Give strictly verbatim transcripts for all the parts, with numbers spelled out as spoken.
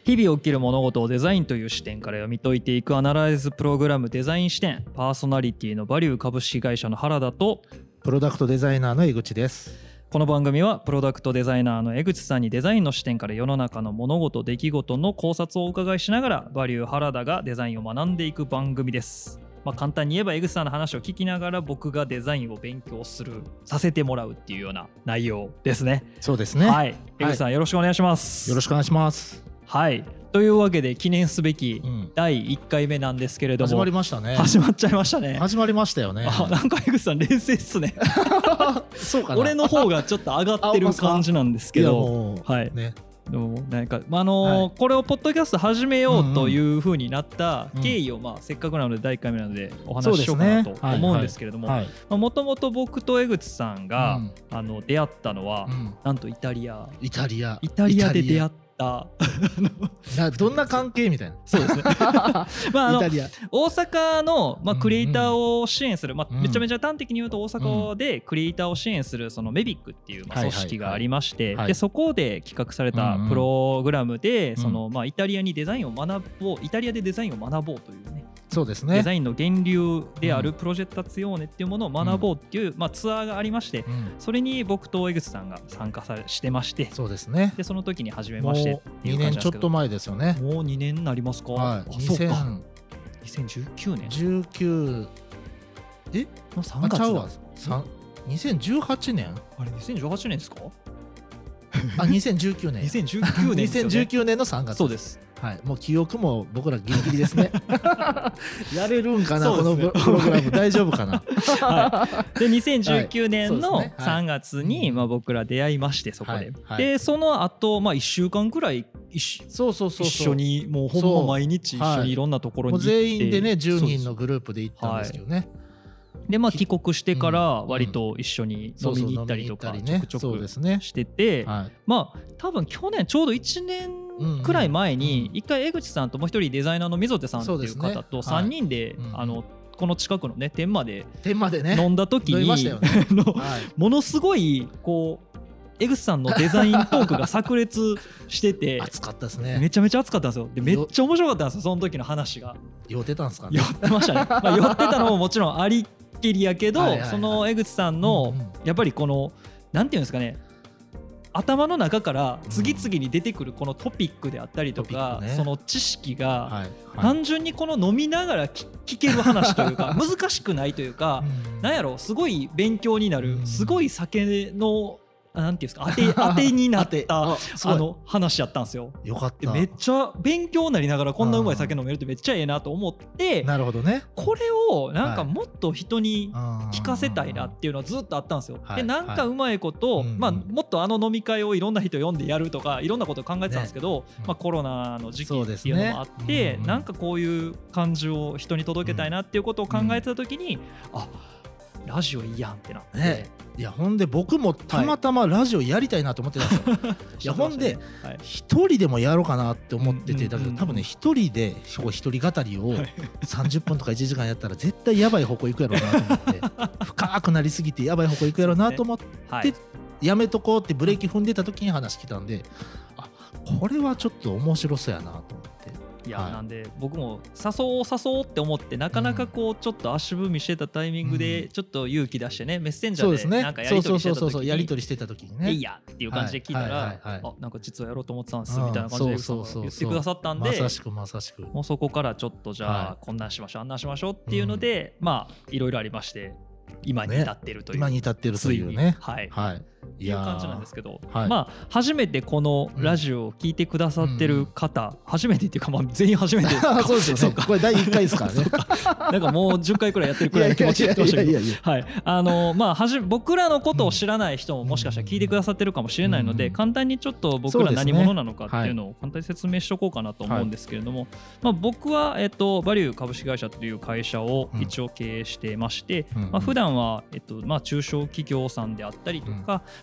日々起きる物事をデザインという視点から読み解いていくアナライズプログラムデザイン視点、パーソナリティのバリュー株式会社の原田とプロダクトデザイナーの江口です。 この番組はプロダクトデザイナーの江口さんにデザインの視点から世の中の物事出来事の考察をお伺いしながらバリュー原田がデザインを学んでいく番組です。まあ、簡単に言えば江口さんの話を聞きながら僕がデザインを勉強するさせてもらうっていうような内容ですね。 そうですね。 はい、江口さん、はい、よろしくお願いします。 よろしくお願いします。 はい、というわけで記念すべきだいいっかいめなんですけれども、 始まりましたね。 始まっちゃいましたね。 始まりましたよね。 あ、なんか江口さん冷静っすね。 そうかな。 俺の方がちょっと上がってる感じなんですけど、はいね。でもなんか、まああのーはい、これをポッドキャスト始めようという風になった経緯を、まあ、せっかくなのでだいいっかいめなのでお話ししようかなと思うんですけれども、もともと僕と江口さんが、うん、あの出会ったのは、うん、なんとイタリアイタリアイタリアで出会ったなどんな関係みたいな。 そうですね。まああの大阪の、まあ、クリエイターを支援する、まあ、めちゃめちゃ端的に言うと大阪でクリエイターを支援するそのメビックっていう、まあ、組織がありまして、でそこで企画されたプログラムで、そのまあイタリアにデザインを学ぼうイタリアでデザインを学ぼうというね、 そうですね、 デザインの源流であるプロジェタツィオーネっていうものを学ぼうっていう、うん、まあ、ツアーがありまして、うん、それに僕と江口さんが参加さしてまして、 そうですね、 でその時に初めましてっていう感じなんですけど、 にねんちょっと前ですよね。 もうにねんになりますか。 はい、 そうか、にせんじゅうきゅうねんじゅうきゅうえのさんがつだ。 にせんじゅうはちねんあれにせんじゅうはちねんですか。 あ、にせんじゅうきゅうねんにせんじゅうきゅうねんですよね。 にせんじゅうきゅうねんのさんがつ。 そうです。 はい、もう記憶も僕らギリギリですね。やれるんかな、 ね、 このプログラム大丈夫かな。 はい、でにせんじゅうきゅうねんのさんがつに、まあ、僕ら出会いまして、そこで、はいはい、でその後、まあいっしゅうかんくらい一緒にもうほんま毎日一緒にいろんなところに行って、 はい、もう全員でねじゅうにんのグループで行ったんですけどね。 でまあ、帰国してから割と一緒に飲みに行ったりとかちょくちょくしてて、まあ多分去年ちょうどいちねんくらい前に一回江口さんともう一人デザイナーの溝手さんっていう方とさんにんであのこの近くのね天満で飲んだ時にものすごいこう江口さんのデザイントークが炸裂してて熱かったですね。 めちゃめちゃ熱かったんですよ。でめっちゃ面白かったんですよ、その時の話が。 酔ってたんですかね。 酔ってましたね。まあ、酔ってたのももちろんありきりやけど、はいはいはい、その江口さんの、うんうん、やっぱりこのなんていうんですかね、頭の中から次々に出てくるこのトピックであったりとか、うんね、その知識が、はいはい、単純にこの飲みながら 聞, 聞ける話というか難しくないというか、うん、なんやろ、すごい勉強になる、うん、すごい酒のなんていうんですか、当て当てになったああの話やったんですよ。 よかった。 めっちゃ勉強になりながらこんなうまい酒飲めるってめっちゃええなと思って、 なるほどね、 これをなんかもっと人に聞かせたいなっていうのはずっとあったんですよ。でなんかうまいこと、まあ、もっとあの飲み会をいろんな人呼んでやるとかいろんなことを考えてたんですけど、まあ、コロナの時期っていうのもあって、なんかこういう感じを人に届けたいなっていうことを考えてた時に、あ、ラジオいいやんってなって、ね、 いやほんで僕もたまたまラジオやりたいなと思ってたんですよ。はい、いやほんで一人でもやろうかなって思ってて、だけど多分ね一人で一人語りをさんじゅっぷんとかいちじかんやったら絶対やばい方向行くやろうなと思って深くなりすぎてやばい方向行くやろうなと思ってやめとこうってブレーキ踏んでた時に話来たんで、あ、これはちょっと面白そうやなと思って。 いや、はい、なんで僕も誘おう誘おうって思ってなかなかこうちょっと足踏みしてたタイミングでちょっと勇気出してね、メッセンジャーでなんかやり取りしてた時に、 やり取りしてた時にね、 いいやっていう感じで聞いたら、あ、なんか実はやろうと思ってたんですみたいな感じで言ってくださったんで、 まさしくまさしく、 もうそこからちょっとじゃあこんなんしましょうあんなんしましょうっていうので、まあいろいろありまして今に至っているという、 今に至っているというね、 はいはい、 っていう感じなんですけど、 はい、 まあ初めてこのラジオを聞いてくださってる方、うん、初めてっていうか、まあ全員初めてそうですよね。これだいいっかいですからね。 なんかもうじゅっかいくらいやってるくらいの気持ちで言ってましたけど、はい、あのまあはじ僕らのことを知らない人ももしかしたら聞いてくださってるかもしれないので、うん、簡単にちょっと僕ら何者なのかっていうのを簡単に説明しとこうかなと思うんですけれども、はい、まあ、僕は、えっと、バリュー株式会社という会社を一応経営してまして、うん、まあ、普段は、えっとまあ、中小企業さんであったりとか、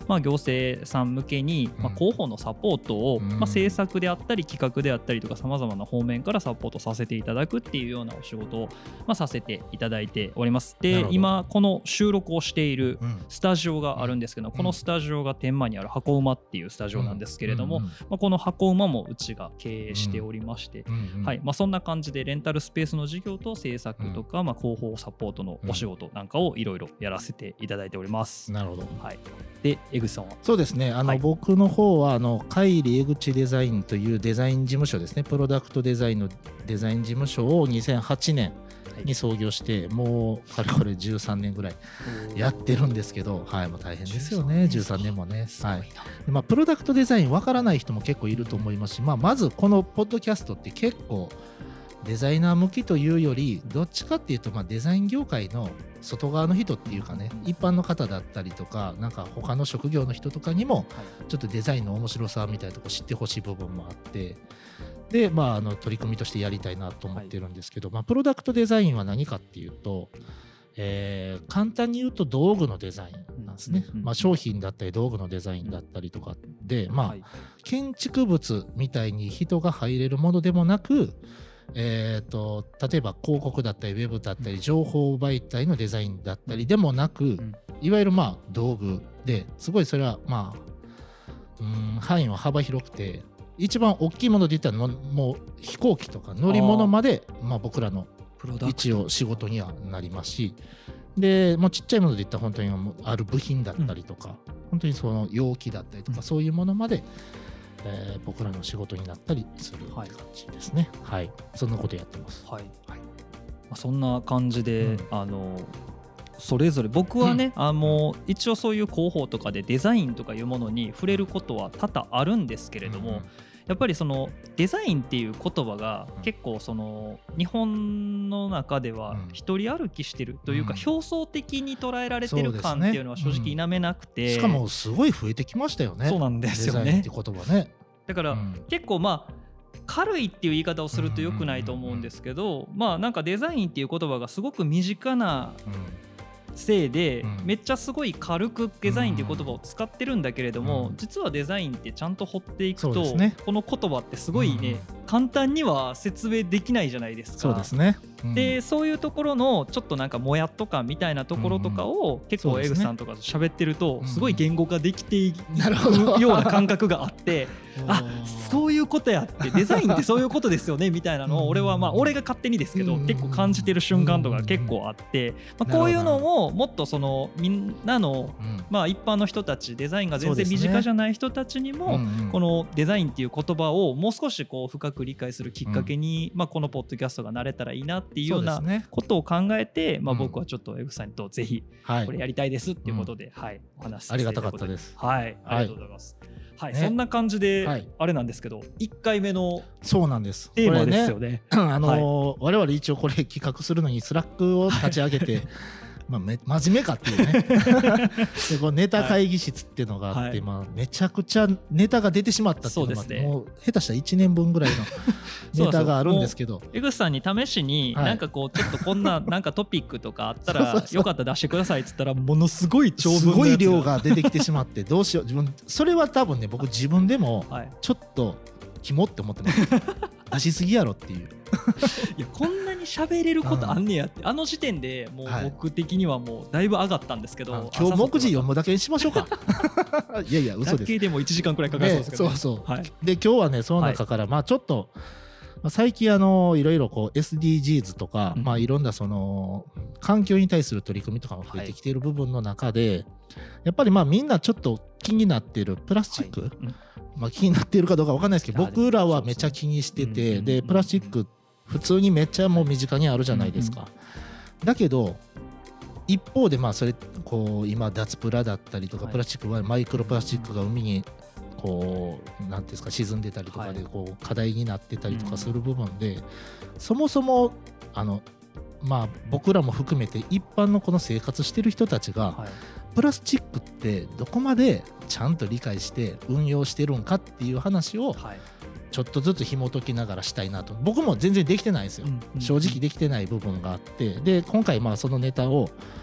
まあ、行政さん向けに、まあ、広報のサポートを、まあ、制作であったり企画であったりとかさまざまな方面からサポートさせていただくっていうようなお仕事を、まあ、させていただいております。で今この収録をしているスタジオがあるんですけど、このスタジオが天満にある箱馬っていうスタジオなんですけれども、まあ、この箱馬もうちが経営しておりまして、はいまあ、そんな感じでレンタルスペースの事業と制作とか、まあ、広報サポートのお仕事なんかをいろいろやらせていただいております。 なるほど、 はい、で江口さんは？ そうですね、あの、はい、僕の方はあの海里江口デザインというデザイン事務所ですね、プロダクトデザインのデザイン事務所をにせんはちねんに創業して、もうかれこれじゅうさんねんぐらいやってるんですけど、はい、もう大変ですよね、じゅうさんねんもね。はいでまあ、プロダクトデザインわからない人も結構いると思いますし、まあ、まずこのポッドキャストって結構デザイナー向きというよりどっちかっていうと、まあデザイン業界の外側の人っていうかね、一般の方だったりとか、なんか他の職業の人とかにもちょっとデザインの面白さみたいなとこ知ってほしい部分もあって、で、まあ、あの取り組みとしてやりたいなと思ってるんですけど、まあ、プロダクトデザインは何かっていうと、えー、簡単に言うと道具のデザインなんですね。まあ、商品だったり道具のデザインだったりとかで、まあ、建築物みたいに人が入れるものでもなく、えー、と例えば広告だったりウェブだったり情報媒体のデザインだったりでもなく、いわゆるまあ道具ですごいそれはまあうーん範囲は幅広くて、一番大きいもので言ったらもう飛行機とか乗り物までまあ僕らの一応仕事にはなりますし、でもうちっちゃいもので言ったら本当にある部品だったりとか、本当にその容器だったりとかそういうものまでえー、僕らの仕事になったりするって感じですね。はい、はい、そんなことやってます。はい、はい、まあ、そんな感じで、うん、あのそれぞれ僕はね、うん、あの一応そういう広報とかでデザインとかいうものに触れることは多々あるんですけれども、うん、やっぱりそのデザインっていう言葉が結構その日本の中では一人歩きしてるというか表層的に捉えられてる感っていうのは正直否めなくて、 しかもすごい増えてきましたよね。 そうなんですよね。 デザインって言葉ね。 だから結構まあ軽いっていう言い方をすると良くないと思うんですけど、まあなんかデザインっていう言葉がすごく身近なせいで、うん、めっちゃすごい軽くデザインっていう言葉を使ってるんだけれども、うん、実はデザインってちゃんと掘っていくと、ね、この言葉ってすごいね、うん、簡単には説明できないじゃないですか。 そうですね、うん、 でそういうところのちょっとなんかもやっと感みたいなところとかを結構江口さんとかと喋ってるとすごい言語化できているような感覚があってあそういうことやってデザインってそういうことですよねみたいなのを俺はまあ俺が勝手にですけど結構感じてる瞬間とか結構あって、まあ、こういうのをもっとそのみんなのまあ一般の人たちデザインが全然身近じゃない人たちにもこのデザインっていう言葉をもう少しこう深く理解するきっかけにまあこのポッドキャストがなれたらいいなっていうようなことを考えてまあ僕はちょっと江口さんとぜひこれやりたいですっていうことではいお話しさせていただくことで、ありがたかったです。はいありがとうございます。はいね、そんな感じで、はい、あれなんですけどいっかいめのそうなんですテーマですよね。 あのーはい、我々一応これ企画するのにスラックを立ち上げて、はいまあ、め真面目かっていうねでこうネタ会議室っていうのがあって、はいまあ、めちゃくちゃネタが出てしまったっていうのが、ね、もう下手したらいちねんぶんぐらいのネタがあるんですけど江口さんに試しに、はい、なんかこうちょっとこんななんかトピックとかあったらよかったら出してくださいっつったらものすごい長文のやつがすごい量が出てきてしまってどうしよう自分それは多分ね僕自分でもちょっとキモって思ってます出しすぎやろっていういやこんなに喋れることあんねやって、うん、あの時点でもう僕的にはもうだいぶ上がったんですけど、はい、 今日目次読むだけにしましょうかいやいや嘘ですだけでもいちじかんくらいかかりそうですけど、ねね、そうそう、はい、で今日はねその中から、はい、まあちょっと最近あのいろいろこう エスディージーズ とか、うんまあ、いろんなその環境に対する取り組みとかも増えてきている部分の中で、はい、やっぱりまあみんなちょっと気になっているプラスチック、はいうんまあ、気になっているかどうか分かんないですけど僕らはめっちゃ気にしててでプラスチック普通にめっちゃもう身近にあるじゃないですか。だけど一方でまあそれこう今脱プラだったりとかプラスチックはマイクロプラスチックが海にこうなんていうんですか沈んでたりとかでこう課題になってたりとかする部分でそもそもあのまあ僕らも含めて一般のこの生活してる人たちがプラスチックってどこまでちゃんと理解して運用してるんかっていう話をちょっとずつ紐解きながらしたいなと。僕も全然できてないんですよ、うんうん、正直できてない部分があってで今回まあそのネタを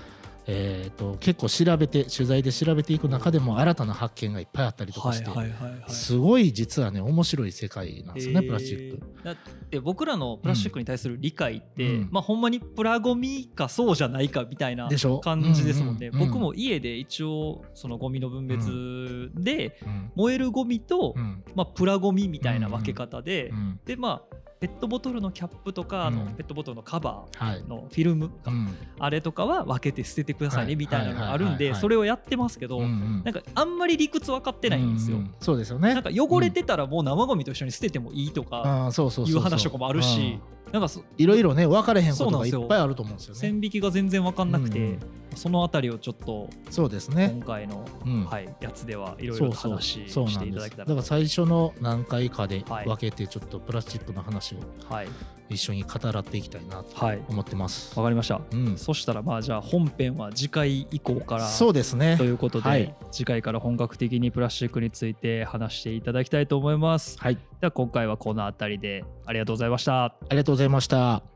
えー、と結構調べて取材で調べていく中でも新たな発見がいっぱいあったりとかして、すごい実はね面白い世界なんですよね、えー、プラスチック。 だって僕らのプラスチックに対する理解って、うん、まあほんまにプラゴミかそうじゃないかみたいな感じですもんね。僕も家で一応そのゴミの分別で燃えるゴミと、まあ、プラゴミみたいな分け方で、でまあペットボトルのキャップとか、うん、あのペットボトルのカバーのフィルム、はい、あれとかは分けて捨ててくださいねみたいなのがあるんでそれをやってますけど、うんうん、なんかあんまり理屈分かってないんですよ、うんうん、 そうですよね。 なんか汚れてたらもう生ゴミと一緒に捨ててもいいとかいう話とかもあるし、なんかいろいろね分かれへんことがいっぱいあると思うんですよね。 線引きが全然分かんなくて、うんうん、そのあたりをちょっとそうですね今回の、 うんはい、やつではいろいろ話していただけたら。 だから最初の何回かで分けてちょっとプラスチックの話を一緒に語らっていきたいなと思ってます。 わかりました、うん、そしたらまあじゃあ本編は次回以降からそうですねということで、 はい、 次回から本格的にプラスチックについて話していただきたいと思います。 はい、 では今回はこのあたりでありがとうございました。 ありがとうございました。